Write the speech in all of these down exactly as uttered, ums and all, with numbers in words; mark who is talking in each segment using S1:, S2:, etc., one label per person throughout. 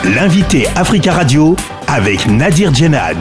S1: L'invité Africa Radio avec Nadir Djenad.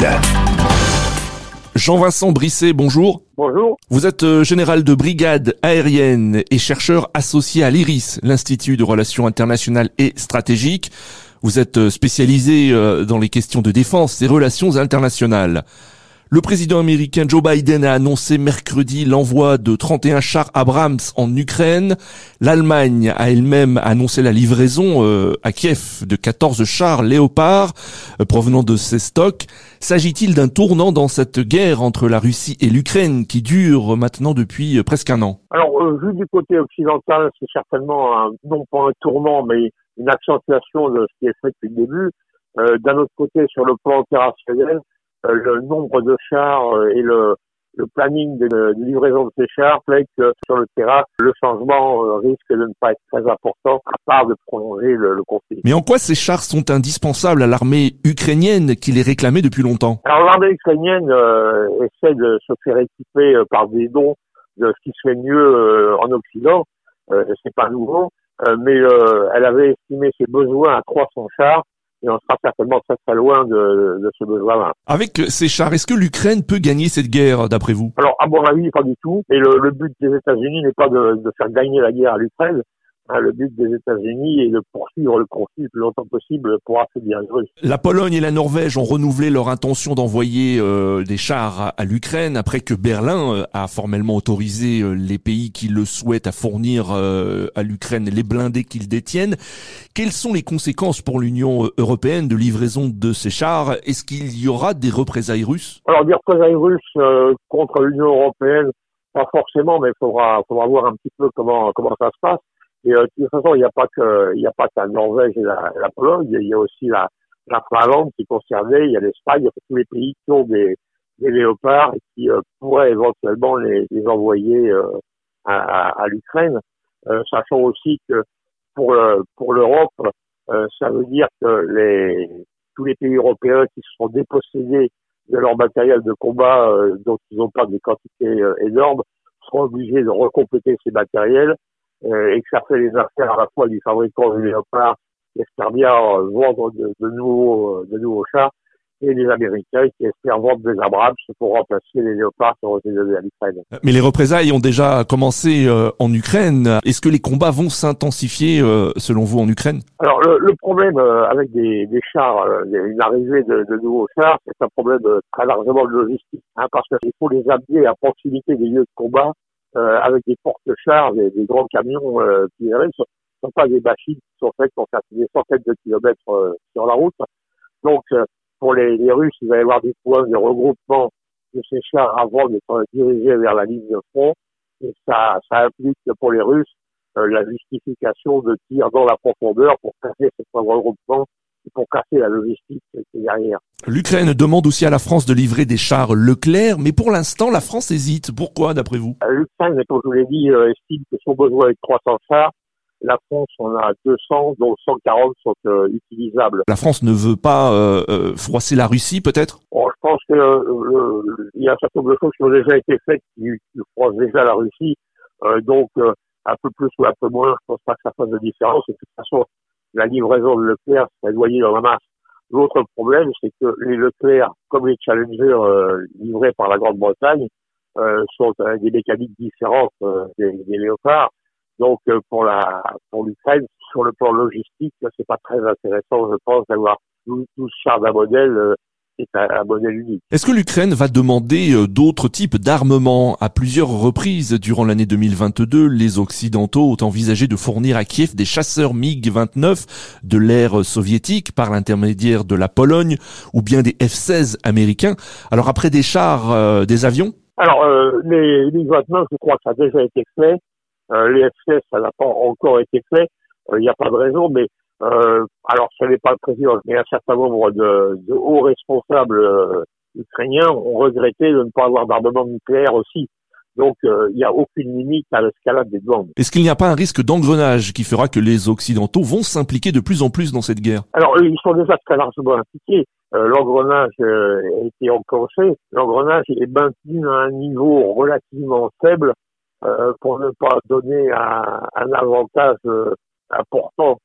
S2: Jean-Vincent Brisset, bonjour.
S3: Bonjour.
S2: Vous êtes euh, général de brigade aérienne et chercheur associé à l'I R I S, l'Institut de Relations Internationales et Stratégiques. Vous êtes euh, spécialisé euh, dans les questions de défense et relations internationales. Le président américain Joe Biden a annoncé mercredi l'envoi de trente et un chars Abrams en Ukraine. L'Allemagne a elle-même annoncé la livraison euh, à Kiev de quatorze chars Léopard euh, provenant de ces stocks. S'agit-il d'un tournant dans cette guerre entre la Russie et l'Ukraine qui dure maintenant depuis euh, presque un an?
S3: Alors, euh, vu du côté occidental, c'est certainement un, non pas un tournant, mais une accentuation de ce qui est fait depuis le début. Euh, d'un autre côté, sur le plan opérationnel, Euh, le nombre de chars euh, et le, le planning de, de livraison de ces chars fait que sur le terrain, le changement euh, risque de ne pas être très important, à part de prolonger le, le conflit.
S2: Mais en quoi ces chars sont indispensables à l'armée ukrainienne qui les réclamait depuis longtemps?
S3: Alors l'armée ukrainienne euh, essaie de se faire équiper euh, par des dons de ce qui se fait mieux euh, en Occident. Euh, c'est pas nouveau, euh, mais euh, elle avait estimé ses besoins à trois cents chars. Et on sera certainement très très loin de, de ce besoin-là.
S2: Avec ces chars, est-ce que l'Ukraine peut gagner cette guerre, d'après vous?
S3: Alors, à mon avis, pas du tout. Et le, le but des États-Unis n'est pas de, de faire gagner la guerre à l'Ukraine. Hein, le but des États-Unis est de poursuivre le conflit le plus longtemps possible pour affaiblir les Russes.
S2: La Pologne et la Norvège ont renouvelé leur intention d'envoyer euh, des chars à, à l'Ukraine après que Berlin euh, a formellement autorisé euh, les pays qui le souhaitent à fournir euh, à l'Ukraine les blindés qu'ils détiennent. Quelles sont les conséquences pour l'Union européenne de livraison de ces chars? Est-ce qu'il y aura des représailles russes?
S3: Alors, des représailles russes euh, contre l'Union européenne, pas forcément, mais il faudra, faudra voir un petit peu comment, comment ça se passe. Et euh, de toute façon, il n'y a pas que, il n'y a pas que la Norvège et la, la Pologne, il y a aussi la, la Finlande qui est concernée, il y a l'Espagne, il y a tous les pays qui ont des, des léopards et qui euh, pourraient éventuellement les, les envoyer euh, à, à, à l'Ukraine, euh, sachant aussi que pour le, pour l'Europe, euh, ça veut dire que les, tous les pays européens qui se sont dépossédés de leur matériel de combat, euh, dont ils n'ont pas des quantités euh, énormes, seront obligés de recompléter ces matériels. Euh, et que ça fait les affaires à la fois du fabricant du léopard qui espère bien euh, vendre de, de nouveaux de nouveaux chars et les Américains qui espèrent vendre des Abrams pour remplacer les léopards qui ont été donnés à l'Ukraine.
S2: Mais les représailles ont déjà commencé euh, en Ukraine. Est-ce que les combats vont s'intensifier euh, selon vous en Ukraine?
S3: Alors le, le problème euh, avec des, des chars, euh, une arrivée de, de nouveaux chars, c'est un problème euh, très largement de logistique, hein, parce qu'il faut les amener à proximité des lieux de combat. Euh, avec des porte-chars, des, des grands camions euh, qui arrivent, ce ne sont pas des machines qui sont faites pour faire des centaines de kilomètres euh, sur la route. Donc, euh, pour les, les Russes, il va y avoir des points de regroupement de ces chars avant d'être dirigés vers la ligne de front. Et ça, ça implique pour les Russes euh, la justification de tirs dans la profondeur pour casser ces points de regroupement et pour casser la logistique qui est derrière.
S2: L'Ukraine demande aussi à la France de livrer des chars Leclerc, mais pour l'instant, la France hésite. Pourquoi, d'après vous?
S3: L'Ukraine, comme je vous l'ai dit, euh, estime que son besoin est de trois cents chars. La France en a deux cents, dont cent quarante sont euh, utilisables.
S2: La France ne veut pas euh, euh, froisser la Russie, peut-être?
S3: Bon, je pense que euh, il y a un certain nombre de choses qui ont déjà été faites qui, qui froissent déjà la Russie. Euh, donc, euh, un peu plus ou un peu moins, je pense pas que ça fasse de différence. Et de toute façon, la livraison de Leclerc serait noyée dans la masse. L'autre problème, c'est que les Leclerc, comme les Challenger euh, livrés par la Grande-Bretagne, euh, sont euh, des mécaniques différentes euh, des, des Léopards. Donc, euh, pour la pour l'Ukraine, sur le plan logistique, c'est pas très intéressant, je pense, d'avoir douze chars d'un modèle euh, qui est un, un modèle unique.
S2: Est-ce que l'Ukraine va demander euh, d'autres types d'armements? À plusieurs reprises durant l'année deux mille vingt-deux, les Occidentaux ont envisagé de fournir à Kiev des chasseurs MiG vingt-neuf de l'ère soviétique par l'intermédiaire de la Pologne ou bien des F seize américains. Alors après des chars, euh, des avions?
S3: Alors, euh, les MiG vingt-neuf, je crois que ça a déjà été fait. Euh, les F seize, ça n'a pas encore été fait. Il euh, n'y a pas de raison, mais euh, alors ce n'est pas le président, mais un certain nombre de, de hauts responsables euh, ukrainiens ont regretté de ne pas avoir d'armement nucléaire aussi. Donc, il euh, n'y a aucune limite à l'escalade des demandes.
S2: Est-ce qu'il n'y a pas un risque d'engrenage qui fera que les Occidentaux vont s'impliquer de plus en plus dans cette guerre?
S3: Alors, ils sont déjà très largement impliqués. Euh, l'engrenage euh, a été enclenché. L'engrenage est maintenu à un niveau relativement faible euh, pour ne pas donner un, un avantage euh, important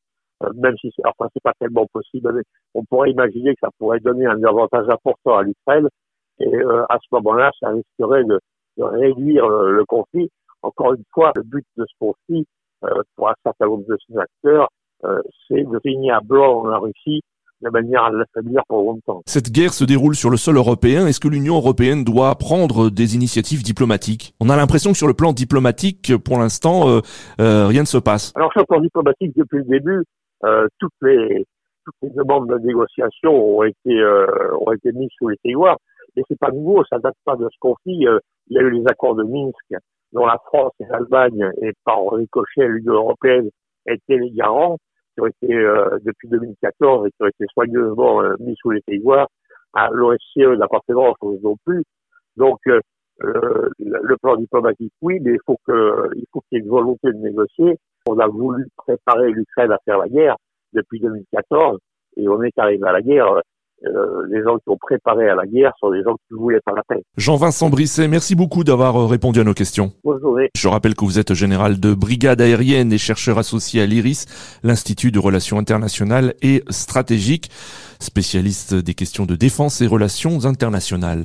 S3: euh, même si c'est, enfin, c'est pas tellement possible, mais on pourrait imaginer que ça pourrait donner un avantage important à l'Ukraine, et euh, à ce moment-là, ça risquerait de, de réduire le, le conflit. Encore une fois, le but de ce conflit, euh, pour un certain nombre de ses acteurs, euh, c'est de régner à blanc dans la Russie, de manière à l'affaiblir pour longtemps.
S2: Cette guerre se déroule sur le sol européen. Est-ce que l'Union européenne doit prendre des initiatives diplomatiques? On a l'impression que sur le plan diplomatique, pour l'instant, euh, euh, rien ne se passe.
S3: Alors sur le plan diplomatique, depuis le début, euh, toutes les toutes les demandes de négociation ont été euh, ont été mises sous les tiroirs. Et c'est pas nouveau, ça date pas de ce conflit. Euh, il y a eu les accords de Minsk, dont la France et l'Allemagne, et par ricochet l'Union européenne, étaient les garants, qui ont été euh, depuis deux mille quatorze et qui ont été soigneusement euh, mis sous les tiroirs. Ah, L'O S C E n'a pas fait grand-chose non plus. Donc euh, euh, le plan diplomatique, oui, mais il faut que il faut qu'il y ait une volonté de négocier. On a voulu préparer l'Ukraine à faire la guerre depuis deux mille quatorze et on est arrivé à la guerre. Euh, les gens qui ont préparé à la guerre sont des gens qui voulaient pas la paix.
S2: Jean-Vincent Brisset, merci beaucoup d'avoir répondu à nos questions.
S3: Bonne journée.
S2: Je rappelle que vous êtes général de brigade aérienne et chercheur associé à l'I R I S, l'Institut de Relations Internationales et Stratégiques, spécialiste des questions de défense et relations internationales.